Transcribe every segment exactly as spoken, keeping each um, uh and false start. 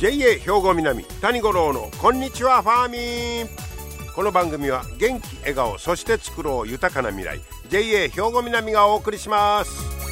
ジェイエー 兵庫南谷五郎のこんにちはファーミン。この番組は元気笑顔そして作ろう豊かな未来 ジェイエー 兵庫南がお送りします。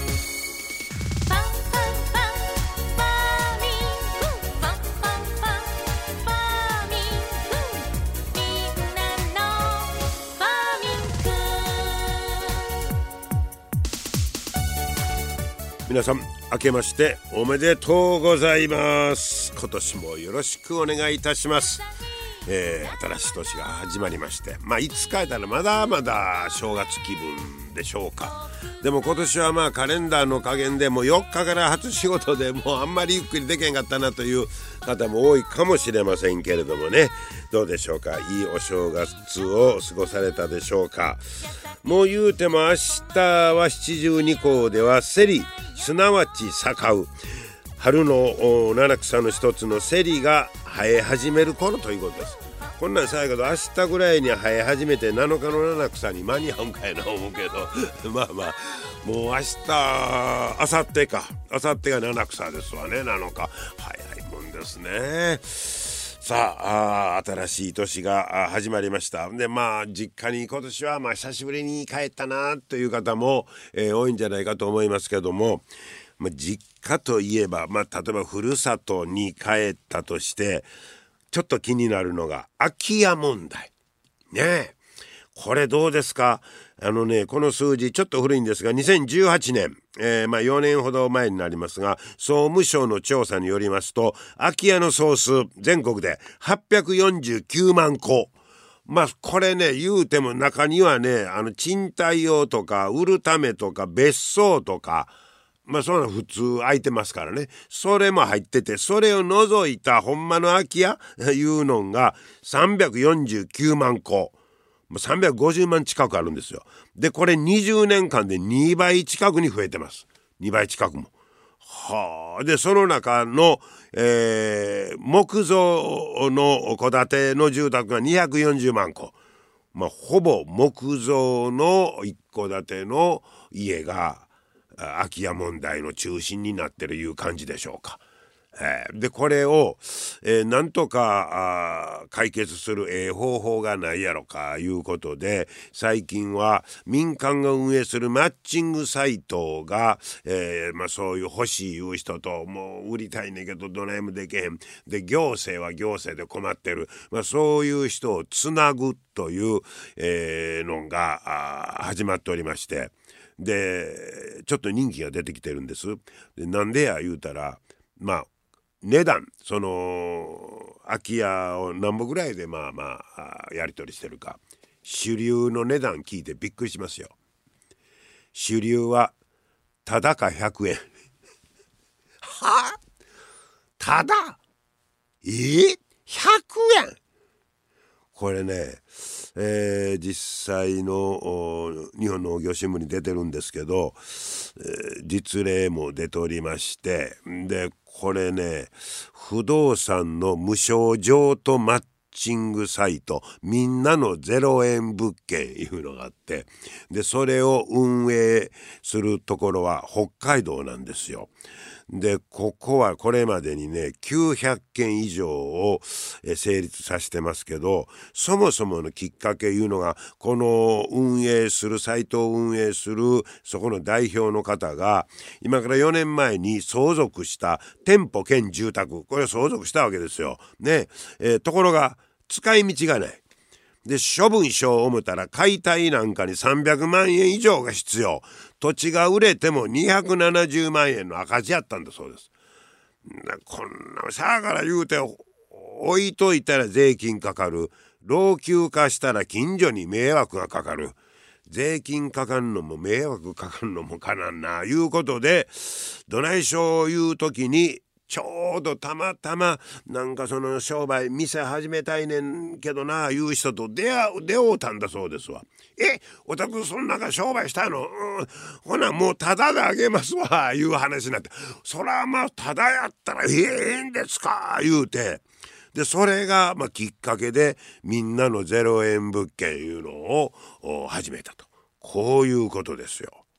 皆さん明けましておめでとうございます。今年もよろしくお願いいたします。えー、新しい年が始まりまして、まあいつかやったらまだまだ正月気分でしょうか。でも今年はまあカレンダーの加減でもうよっかから初仕事でもうあんまりゆっくりできへんかったなという方も多いかもしれませんけれどもね、どうでしょうか。いいお正月を過ごされたでしょうか。もう言うても明日は七十二候ではセリ、すなわち咲かう春の七草の一つのセリが生え始める頃ということです。こんなんさやけど明日ぐらいに生え始めてなのかの七草に間に合うんかいな思うけどまあまあもう明日明後日か明後日が七草ですわね。なのか早いもんですね。さあ、あ新しい年が始まりました。でまあ実家に今年はまあ久しぶりに帰ったなという方も、えー、多いんじゃないかと思いますけども、まあ、実家といえば、まあ、例えばふるさとに帰ったとしてちょっと気になるのが空き家問題ねえ。これどうですか。あのねこの数字ちょっと古いんですがにせんじゅうはちねん、えー、まあよねんほど前になりますが総務省の調査によりますと空き家の総数全国ではっぴゃくよんじゅうきゅうまんこ。まあこれね言うても中にはねあの賃貸用とか売るためとか別荘とかまあそんな普通空いてますからね。それも入っててそれを除いたほんまの空き家いうのがさんびゃくよんじゅうきゅうまんこ。さんびゃくごじゅうまん近くあるんですよ。でこれにじゅうねんかんでにばい近くに増えてます。にばい近くも。はあ。でその中の、えー、木造の戸建ての住宅がにひゃくよんじゅうまんこ。まあほぼ木造の一戸建ての家が空き家問題の中心になってるいう感じでしょうか。えー、でこれを、えー、なんとか解決するええ方法がないやろかいうことで最近は民間が運営するマッチングサイトが、えーまあ、そういう欲しいいう人ともう売りたいねんけどどないもできへんで行政は行政で困ってる、まあ、そういう人をつなぐという、えー、のが始まっておりましてでちょっと人気が出てきてるんです。でなんでや言うたらまあ値段その空き家を何ぼぐらいでまあまあやり取りしてるか主流の値段聞いてびっくりしますよ。主流はただかひゃくえんはただえー、ひゃくえんこれね、えー、実際の日本農業新聞に出てるんですけど、えー、実例も出ておりましてでこれね不動産の無償譲渡マッチングサイトみんなのゼロえん物件いうのがあってでそれを運営するところは北海道なんですよ。でここはこれまでにねきゅうひゃっけん以上を成立させてますけどそもそものきっかけいうのがこの運営するサイトを運営するそこの代表の方が今からよねんまえに相続した店舗兼住宅これを相続したわけですよね。えー、ところが使い道がない。で処分しよう思ったら解体なんかにさんびゃくまんえん以上が必要。土地が売れてもにひゃくななじゅうまんえんの赤字やったんだそうです。こんなさあから言うて置いといたら税金かかる老朽化したら近所に迷惑がかかる税金かかんのも迷惑かかんのもかなんないうことでどないしょいう時にちょうどたまたまなんかその商売店始めたいねんけどないう人と出会う出会うたんだそうですわ。えおたくそん中商売したの、うん、ほなもうタダであげますわいう話になってそらまあタダやったらええんですか言うてでそれがまあきっかけでみんなのゼロえん物件いうのを始めたとこういうことですよ。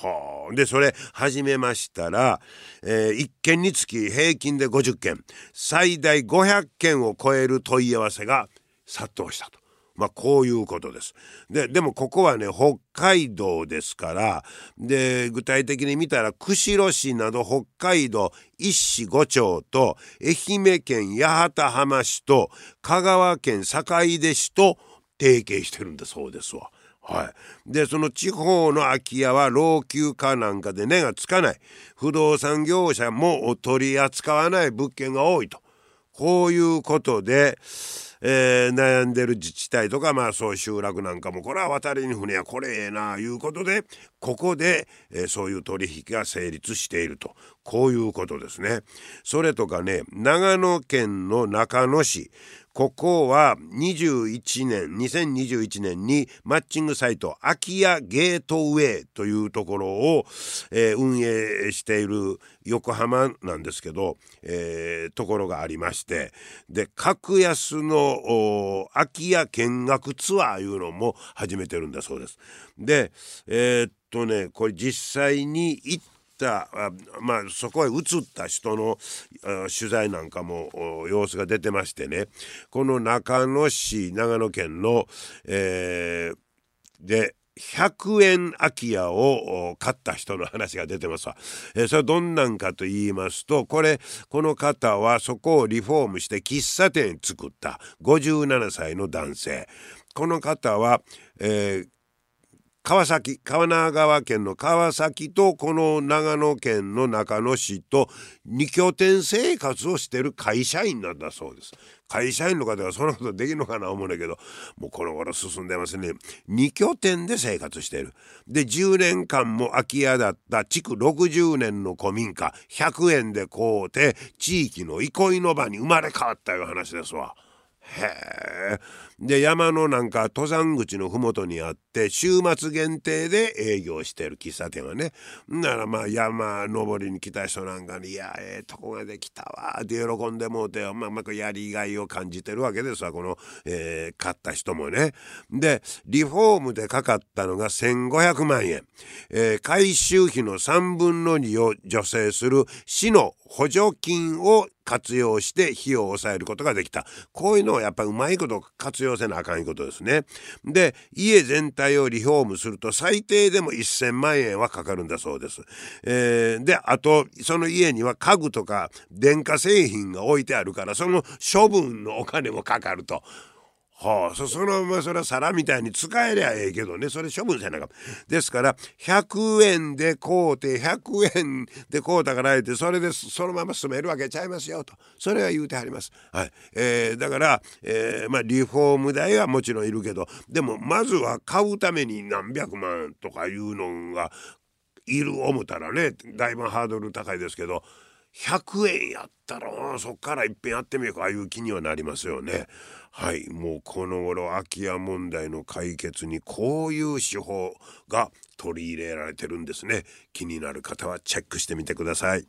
はあ、でそれ始めましたら、えー、いっけんにつき平均でごじゅっけん、最大ごひゃっけんを超える問い合わせが殺到したと。まあこういうことです。で、でもここはね北海道ですから、で具体的に見たら釧路市など北海道一市五町と愛媛県八幡浜市と香川県坂出市と提携してるんだそうですわ。はい、でその地方の空き家は老朽化なんかで値がつかない、不動産業者も取り扱わない物件が多いと、こういうことで、えー、悩んでる自治体とか、まあそう集落なんかもこれは渡りに船やこれええないうことで、ここで、えー、そういう取引が成立していると、こういうことですね。それとかね、長野県の中野市、ここはにじゅういちねんにせんにじゅういちねんにマッチングサイト空き家ゲートウェイというところを、えー、運営している横浜なんですけど、えー、ところがありまして、で格安の空き家見学ツアーいうのも始めてるんだそうです。でえー、っとねこれ実際に行ってあまあ、そこへ移った人の取材なんかも様子が出てましてね、この中野市長野県の、えー、でひゃくえん空き家を買った人の話が出てますわ。えー、それはどんなんかと言いますと、これこの方はそこをリフォームして喫茶店作ったごじゅうななさいの男性。この方は、えー川崎、神奈川県の川崎とこの長野県の中野市とに拠点生活をしている会社員なんだそうです。会社員の方がそんなことできるのかな思うんだけど、もうこの頃進んでますね。に拠点で生活している。でじゅうねんかんも空き家だった築ろくじゅうねんの古民家ひゃくえんで買うて地域の憩いの場に生まれ変わったいう話ですわ。へえ。で山のなんか登山口のふもとにあって週末限定で営業してる喫茶店はね、ならまあ山登りに来た人なんかに「いやええとこができたわ」って喜んでもうて、まあまあやりがいを感じてるわけですわ、この、えー、買った人もね。でリフォームでかかったのがせんごひゃくまんえん、えー、改修費のさんぶんのにを助成する市の補助金を活用して費用を抑えることができた。こういうのをやっぱりうまいこと活用せなあかんいうことですね。で家全体をリフォームすると最低でもせんまんえんはかかるんだそうです。えー、であとその家には家具とか電化製品が置いてあるから、その処分のお金もかかると。はあ、そ, そのままそれは皿みたいに使えりゃええけどね、それ処分せなかった。ですからひゃくえんで買うてひゃくえんで買うたから言ってそれでそのまま住めるわけちゃいますよと、それは言うてはります。はい、えー、だから、えー、まあリフォーム代はもちろんいるけど、でもまずは買うために何百万とかいうのがいる思ったらね、だいぶハードル高いですけど、ひゃくえんやったらそっからいっぺんやってみようかいう気にはなりますよね。はい、もうこの頃空き家問題の解決にこういう手法が取り入れられてるんですね。気になる方はチェックしてみてください。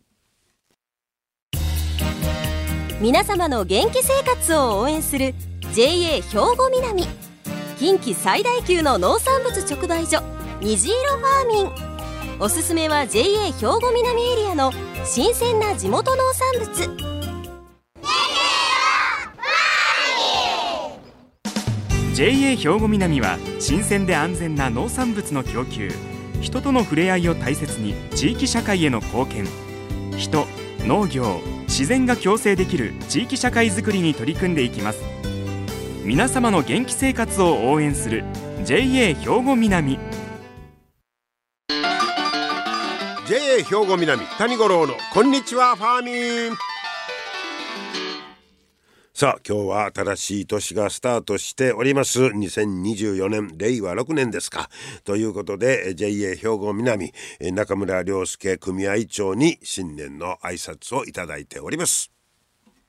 皆様の元気生活を応援する ジェイエー 兵庫南、近畿最大級の農産物直売所虹色ファーミン。おすすめは ジェイエー 兵庫南エリアの新鮮な地元農産物。 ジェイエー 兵庫南は新鮮で安全な農産物の供給、人との触れ合いを大切に地域社会への貢献、人、農業、自然が共生できる地域社会づくりに取り組んでいきます。皆様の元気生活を応援する ジェイエー 兵庫南。 ジェイエー 兵庫南谷五郎のこんにちはファーミン。さあ今日は新しい年がスタートしております。にせんにじゅうよねん、れいわろくねんですか。ということで ジェイエー 兵庫南中村良介組合長に新年の挨拶をいただいております。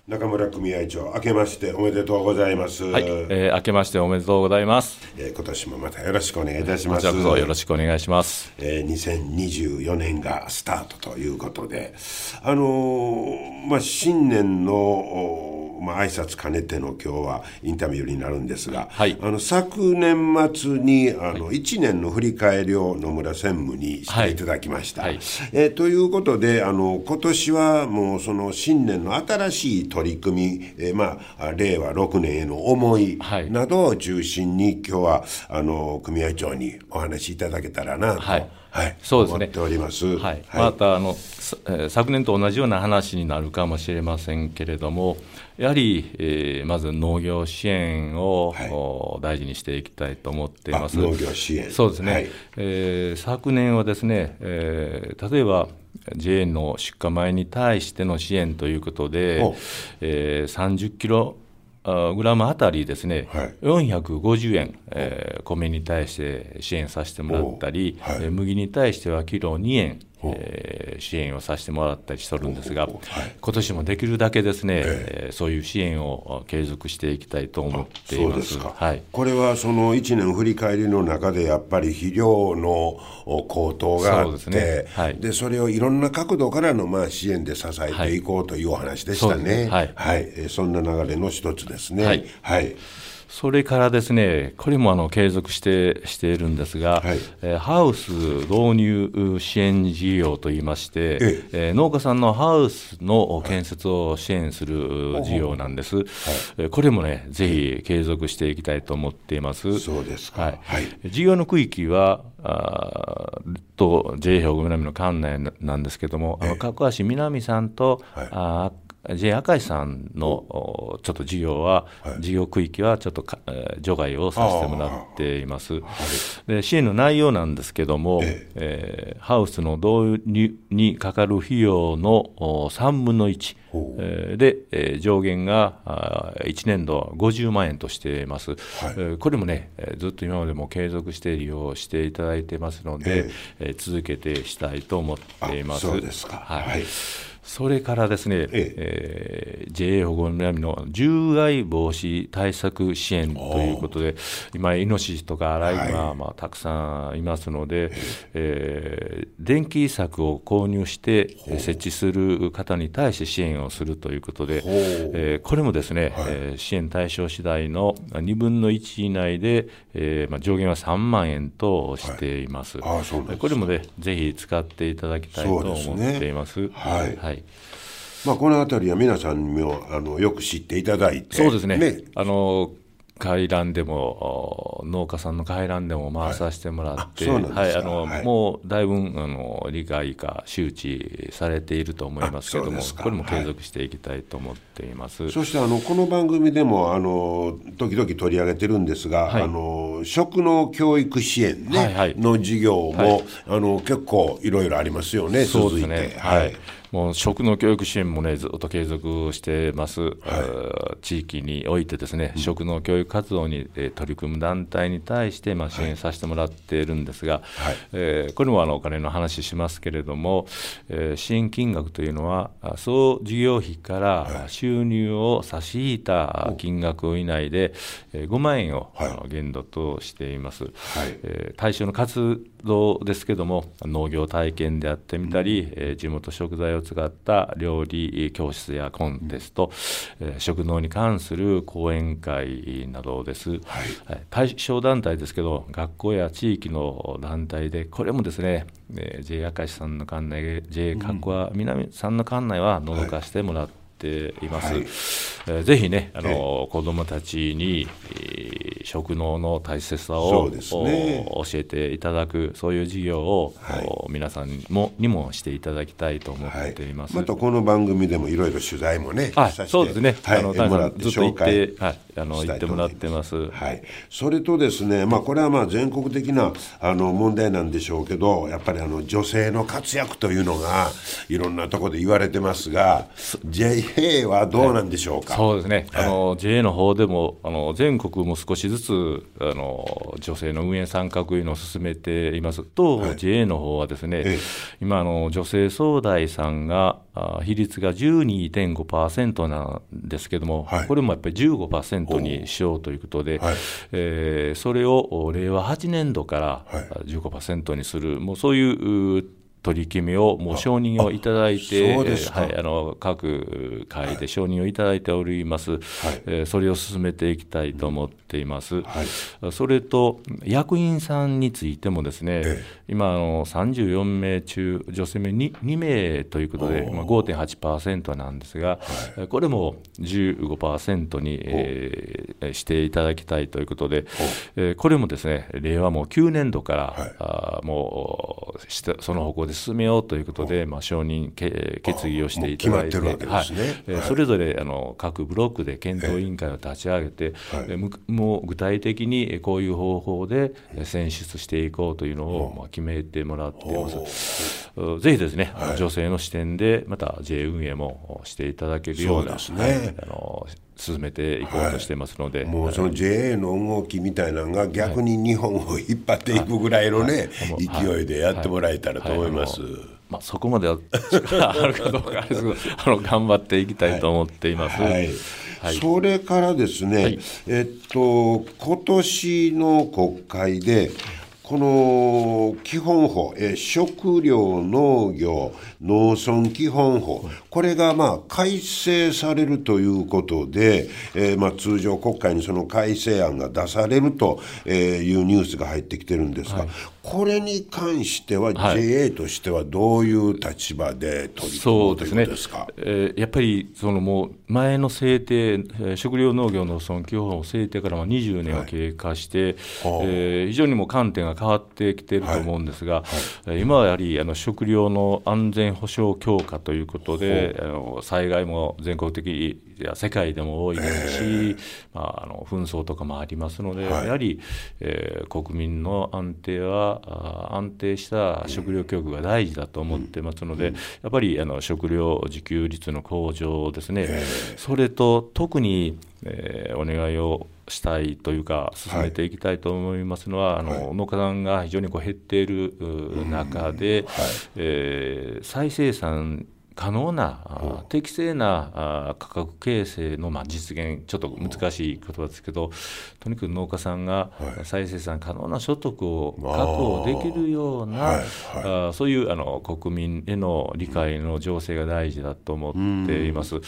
中村組合長、明けましておめでとうございます。 はい、えー、明けましておめでとうございます。 えー、今年もまたよろしくお願いいたします。 こちらこそよろしくお願いします。 えー、にせんにじゅうよねんがスタートということで、あのー、まあ新年のまあ挨拶兼ねての今日はインタビューになるんですが、はい、あの昨年末にあのいちねんの振り返りを野村専務にしていただきました。はいはい、えー、ということで、あの今年はもうその新年の新しい取り組み、えー、まあれいわろくねんへの思いなどを中心に、今日はあの組合長にお話しいただけたらなと、はいはい、そうですね、思っております。 はい、はい、またあの、えー、昨年と同じような話になるかもしれませんけれども、やはり、えー、まず農業支援を、はい、大事にしていきたいと思っています。 農業支援、 そうですね、はい、えー、昨年はですね、えー、例えば ジェーエー の出荷前に対しての支援ということで、えー、さんじゅっキログラムあたりですね、はい、よんひゃくごじゅうえん、えー、米に対して支援させてもらったり、はい、麦に対してはキロにえん、えー、支援をさせてもらったりしとるんですが、はい、今年もできるだけですね、えー、そういう支援を継続していきたいと思っています。そうですか。 はい、これはそのいちねん振り返りの中でやっぱり肥料の高騰があって、そうですね、はい、でそれをいろんな角度からのまあ支援で支えていこうというお話でしたね。はい、はい、えー、そんな流れの一つですね。はい、はい、 それからですね、これもあの継続してしているんですが、はい、えー、ハウス導入支援事業といいまして、えええー、農家さんのハウスの建設を支援する事業なんです。はい、えー、これもね、ぜひ継続していきたいと思っています。 そうですか。 はい、はい、事業の区域はあと ジェーエー 兵庫南の管内なんですけども、ええ、あの加古橋南さんと、はい、あジェーエー 明石さんのちょっと事業は、はい、事業区域はちょっとか、えー、除外をさせてもらっています。はい、で支援の内容なんですけども、ええー、ハウスの導入にかかる費用のさんぶんのいち、えー、で、えー、上限がいちねん度ごじゅうまんえんとしています。はい、えー、これもね、ずっと今までも継続して利用していただいてますので、えーえー、続けてしたいと思っています。 そうですか。はい、はい、 それからですね、えええー、ジェーエー 兵庫南の獣害防止対策支援ということで、今イノシシとかアライグマ、はい、まあ、たくさんいますので、えー、電気柵を購入して設置する方に対して支援をするということで、えー、これもですね、はい、えー、支援対象次第のにぶんのいち以内で、えーまあ、上限はさんまんえんとしています。はい、あ、そうです。これもね、ぜひ使っていただきたいと思っています。はい、はい、 まあ、このあたりは皆さんにもあのよく知っていただいて、 そうですね、ね、あの回覧でも農家さんの回覧でも回させてもらって、はい、はい、あの、はい、もうだいぶあの理解か周知されていると思いますけども、これも継続していきたいと思っています。はい、 そしてあのこの番組でもあの時々取り上げてるんですが、はい、あの食農教育支援、ね、はいはい、の事業も、はい、あの結構いろいろありますよね。 そうですね。はい、もう食の教育支援もね、ずっと継続してます。はい、地域においてですね、うん、食の教育活動に、えー、取り組む団体に対して、まあ、支援させてもらっているんですが、はい、えー、これもあのお金の話しますけれども、えー、支援金額というのは総事業費から収入を差し引いた金額以内で、えー、ごまんえんを、はい、限度としています。はい、えー、対象の活動ですけども、農業体験であってみたり、うん、えー、地元食材を使った料理教室やコンテスト、うん、えー、食農に関する講演会などです。はい、対象団体ですけど、学校や地域の団体で、これもですね、えー、ジェーエー 明石さんの管内、ジェーエー 加古川南さんの管内は覗かしてもらっています。はい、えー、ぜひね、あの、えー、子どもたちに、えー、食農の大切さを、ね、教えていただく、そういう事業を、はい、皆さんもにもしていただきたいと思っています。 はい、またこの番組でもいろいろ取材もね、 あ、そうですね、はい、あの谷さんずっと行って、はい、 あの言ってもらってます。 はい、それとですね、まあ、これはまあ全国的なあの問題なんでしょうけど、やっぱりあの女性の活躍というのがいろんなところで言われてますが、 ジェイエー はどうなんでしょうか。 はい、そうですね、はい、あの ジェイエー の方でもあの全国も少しずつあの女性の運営参画いうのを進めていますと、はい、ジェイエー の方はですね、ええ、今あの女性総代さんが比率が じゅうにてんごパーセント なんですけども、はい、これもやっぱり じゅうごパーセント にしようということで、はい、えー、それをれいわはちねんどから じゅうごパーセント にする、もうそういう取り決めをもう承認をいただいて、はい、あの各会で承認をいただいております、はい、えー、それを進めていきたいと思っています、はい、それと役員さんについてもですね、ええ、今あのさんじゅうよんめい中女性名 2, にめいということで、まあ、ごてんはちパーセント なんですが、はい、これも じゅうごパーセント に、えー、していただきたいということで、えー、これもですねれいわもきゅうねんどから、はい、あもうその方向で進めようということで、まあ、承認決議をしていただいて、それぞれあの各ブロックで検討委員会を立ち上げて、はい、もう具体的にこういう方法で選出していこうというのをまあ決めてもらっています。ぜひですね、はい、女性の視点でまた ジェイエー 運営もしていただけるような、そうですね、はい、あの進めていこうとしていますので、はい、 もうその ジェイエー の動きみたいなのが逆に日本を引っ張っていくぐらいのね、はいはい、勢いでやってもらえたらと思います。 はいはいはい、まあ、そこまでは力あるかどうかですけどあの頑張っていきたいと思っています。はいはいはい、それからですね、はい、えっと今年の国会でこの基本法、え食料農業農村基本法、これがまあ改正されるということで、えー、まあ通常国会にその改正案が出されるというニュースが入ってきてるんですが、はい、これに関しては ジェイエー としてはどういう立場で取り組むということですか。 そうですね、えー、やっぱりそのもう前の制定、食料農業農村基本法制定からにじゅうねんを経過して、はい、えー、非常にもう観点が変わってきていると思うんですが、はいはい、今はやはりあの食料の安全保障強化ということで、あの災害も全国的いや世界でも多いですし、えーまあ、あの紛争とかもありますので、はい、やはり、えー、国民の安定は安定した食料供給が大事だと思ってますので、うん、やっぱりあの食料自給率の向上ですね、えー、それと特に、えー、お願いをしたいというか進めていきたいと思いますのは、はい、あの農家さんが非常にこう減っている中で、うん、はい、えー、再生産可能な適正な価格形成のまあ実現、ちょっと難しい言葉ですけど、とにかく農家さんが再生産可能な所得を確保できるような、はいはい、そういうあの国民への理解の醸成が大事だと思っています。はい、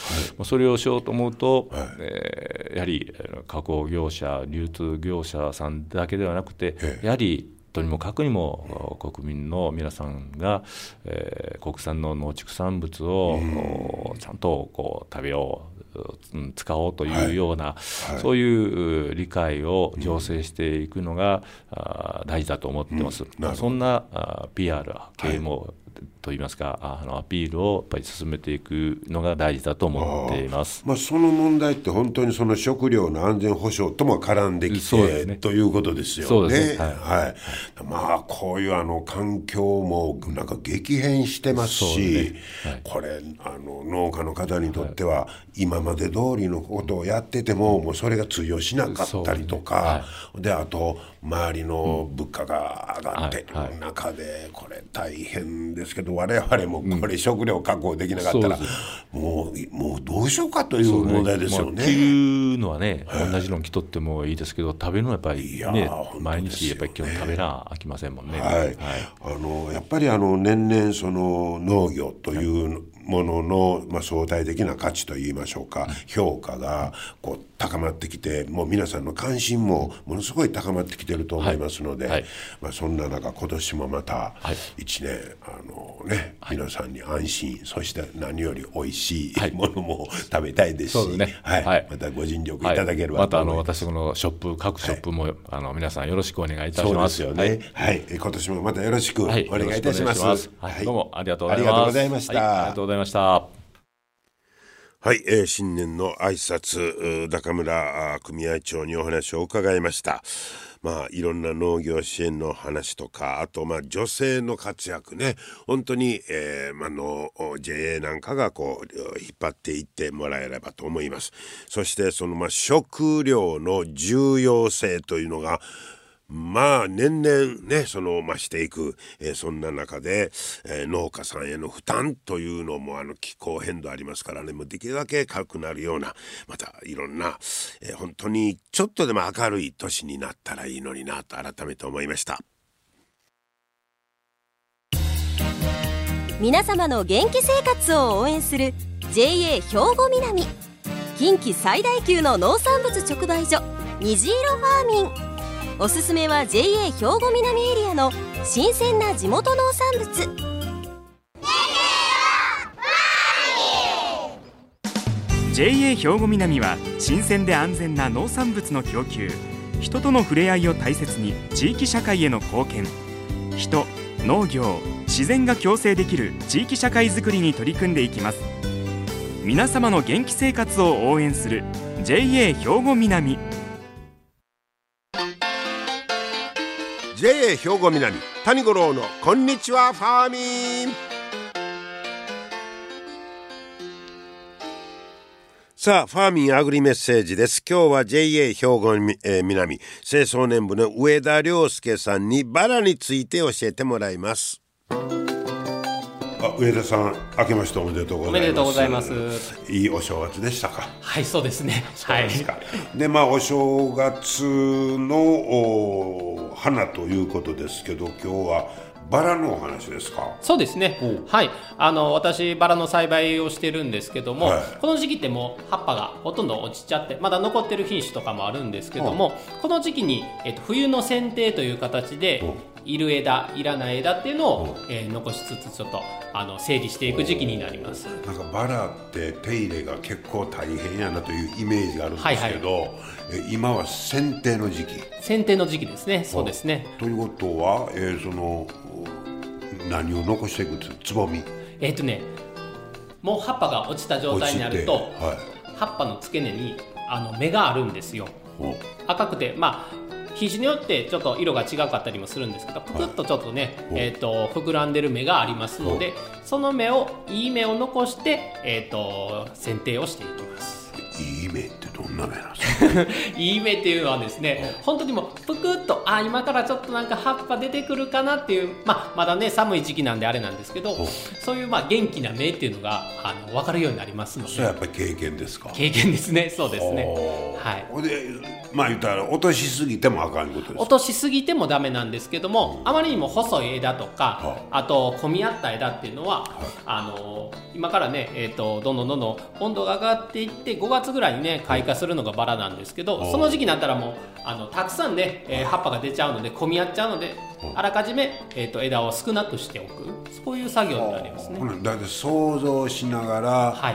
それをしようと思うと、はい、えー、やはり加工業者、流通業者さんだけではなくて、やはりとにもかくにも国民の皆さんが、えー、国産の農畜産物をちゃんとこう食べよう、使おうというような、はいはい、そういう理解を醸成していくのが、うん、大事だと思ってます。うん、そんな ピーアール 経営も、はい、といいますか、あのアピールをやっぱり進めていくのが大事だと思っています。 あ、まあ、その問題って本当にその食料の安全保障とも絡んできて、ね、ということですよね。そうですね、はいはい、まあこういうあの環境もなんか激変してますし、ね、はい、これあの農家の方にとっては今まで通りのことをやってても、もうそれが通用しなかったりとか、ね、はい、であと周りの物価が上がっている中でこれ大変ですけど、我々もこれ食料確保できなかったら、うん、もう、もうどうしようかという問題ですよね。 着るのはね、はい、同じの着とってもいいですけど、食べるのはやっぱりね、毎日やっぱり今日食べな飽きませんもんね。 はいはい、あのやっぱりあの年々その農業というものの、まあ、相対的な価値といいましょうか、評価がこう高まってきて、もう皆さんの関心もものすごい高まってきていると思いますので、はいはい、まあ、そんな中今年もまたいちねん、はい、あのね、はい、皆さんに安心、そして何より美味しいものも食べたいですし、はいね、はいはい、またご尽力いただければと思います。 またあの私のショップ、各ショップも、はい、あの皆さんよろしくお願いいたします。 そうですよね、はいはい、今年もまたよろしくお願いいたします。 はい、どうもありがとうございます。 ありがとうございました。 はい、ありがとうございました。 はい、えー、新年の挨拶中村組合長にお話を伺いました。まあいろんな農業支援の話とか、あとまあ女性の活躍ね、本当に、えーまあ、の ジェイエー なんかがこう引っ張っていってもらえればと思います。そしてそのまあ食料の重要性というのがまあ年々ねその増していく、えー、そんな中で、えー、農家さんへの負担というのもあの気候変動ありますからね、もうできるだけ軽くなるような、またいろんな、えー、本当にちょっとでも明るい年になったらいいのになと改めて思いました。 皆様の元気生活を応援する ジェイエー 兵庫南、近畿最大級の農産物直売所虹色ファーミン。おすすめは ジェイエー 兵庫南エリアの新鮮な地元農産物。 ジェイエー 兵庫南は新鮮で安全な農産物の供給、人との触れ合いを大切に地域社会への貢献、人、農業、自然が共生できる地域社会づくりに取り組んでいきます。皆様の元気生活を応援する ジェイエー 兵庫南。 ジェイエー 兵庫南谷五郎のこんにちはファーミン。さあファーミンアグリメッセージです。今日は ジェイエー 兵庫、えー、南清掃年部の上田良介さんにバラについて教えてもらいます。あ、上田さん、明けましておめでとうございます。 おめでとうございます。 いいお正月でしたか？ はい、そうですね。 そうですか。はい、で、まあお正月の花ということですけど、今日はバラのお話ですか？ そうですね。はい。あの私バラの栽培をしてるんですけども、はい、この時期ってもう葉っぱがほとんど落ちちゃって、まだ残ってる品種とかもあるんですけども、この時期に、えっと、冬の剪定という形でいる枝、いらない枝っていうのを、えー、残しつつちょっとあの整理していく時期になります。 なんかバラって手入れが結構大変やなというイメージがあるんですけど、はいはい、え今は剪定の時期。 剪定の時期ですね。そうですね。 ということは、えー、その何を残していくんですか？つぼみ。 えっとね、もう葉っぱが落ちた状態になると、はい、葉っぱの付け根にあの芽があるんですよ。赤くて、まあ品種によってちょっと色が違かったりもするんですけど、ぷくっとちょっとね、はい、えー、と膨らんでる芽がありますので、その芽をいい芽を残して、えー、と剪定をしていきます。 いい芽ってどんな芽なんですか？ いい芽っていうのはですね、本当にもうぷくっと、あ、今からちょっとなんか葉っぱ出てくるかなっていう、まあ、まだね寒い時期なんであれなんですけど、そういうまあ元気な芽っていうのがあの分かるようになりますので。 それはやっぱり経験ですか？経験ですね。そうですね。はい。 で、まあ言ったら落としすぎてもあかんことですか？ 落としすぎてもダメなんですけども、うん、あまりにも細い枝とか、はい、あと混み合った枝っていうのは、はい、あの今からね、えー、とどんどんどんどん温度が上がっていってごがつぐらいにね開花するのがバラなんですけど、その時期になったらもうあのたくさんね、えー、葉っぱが出ちゃうので混み合っちゃうので、あらかじめ、えー、と枝を少なくしておく、そういう作業になりますね。 だって想像しながら、はい、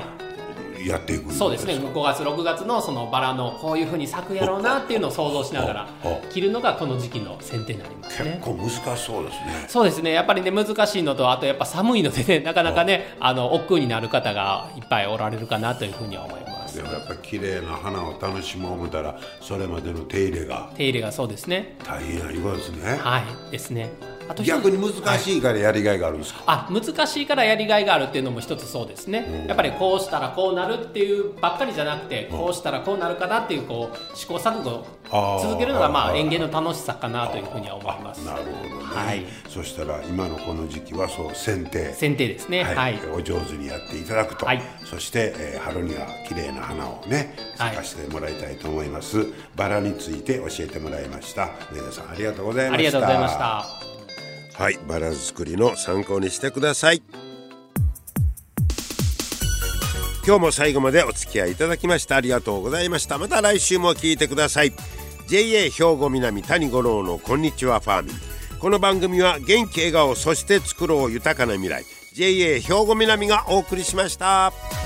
やっていく。 そうですね。ごがつろくがつのそのバラのこういう風に咲くやろうなっていうのを想像しながら切るのがこの時期の剪定になりますね。 結構難しそうですね。 そうですね。やっぱりね難しいのと、あとやっぱ寒いのでね、なかなかねあの億劫になる方がいっぱいおられるかなというふうには思います。 でもやっぱり綺麗な花を楽しもう思ったら、それまでの手入れが手入れがそうですね、 大変なことですね。 はいですね。あと逆に難しいからやりがいがあるんですか？ はい、あ、難しいからやりがいがあるっていうのも一つそうですね、うん、やっぱりこうしたらこうなるっていうばっかりじゃなくて、うん、こうしたらこうなるかなっていうこう試行錯誤を続けるのがまあ園芸の楽しさかなというふうには思います。 なるほどね、 はい、 そしたら今のこの時期はそう剪定剪定ですね、はいはい、 お上手にやっていただくと、はい、そして、えー、春には綺麗な花をね咲かせてもらいたいと思います、はい、バラについて教えてもらいました。上田さんありがとうございました。 ありがとうございました。 はい、バラ作りの参考にしてください。今日も最後までお付き合いいただきましてありがとうございました。また来週も聞いてください。 ジェイエー 兵庫南谷五郎のこんにちはファーミン。この番組は元気笑顔そして作ろう豊かな未来 ジェイエー 兵庫南がお送りしました。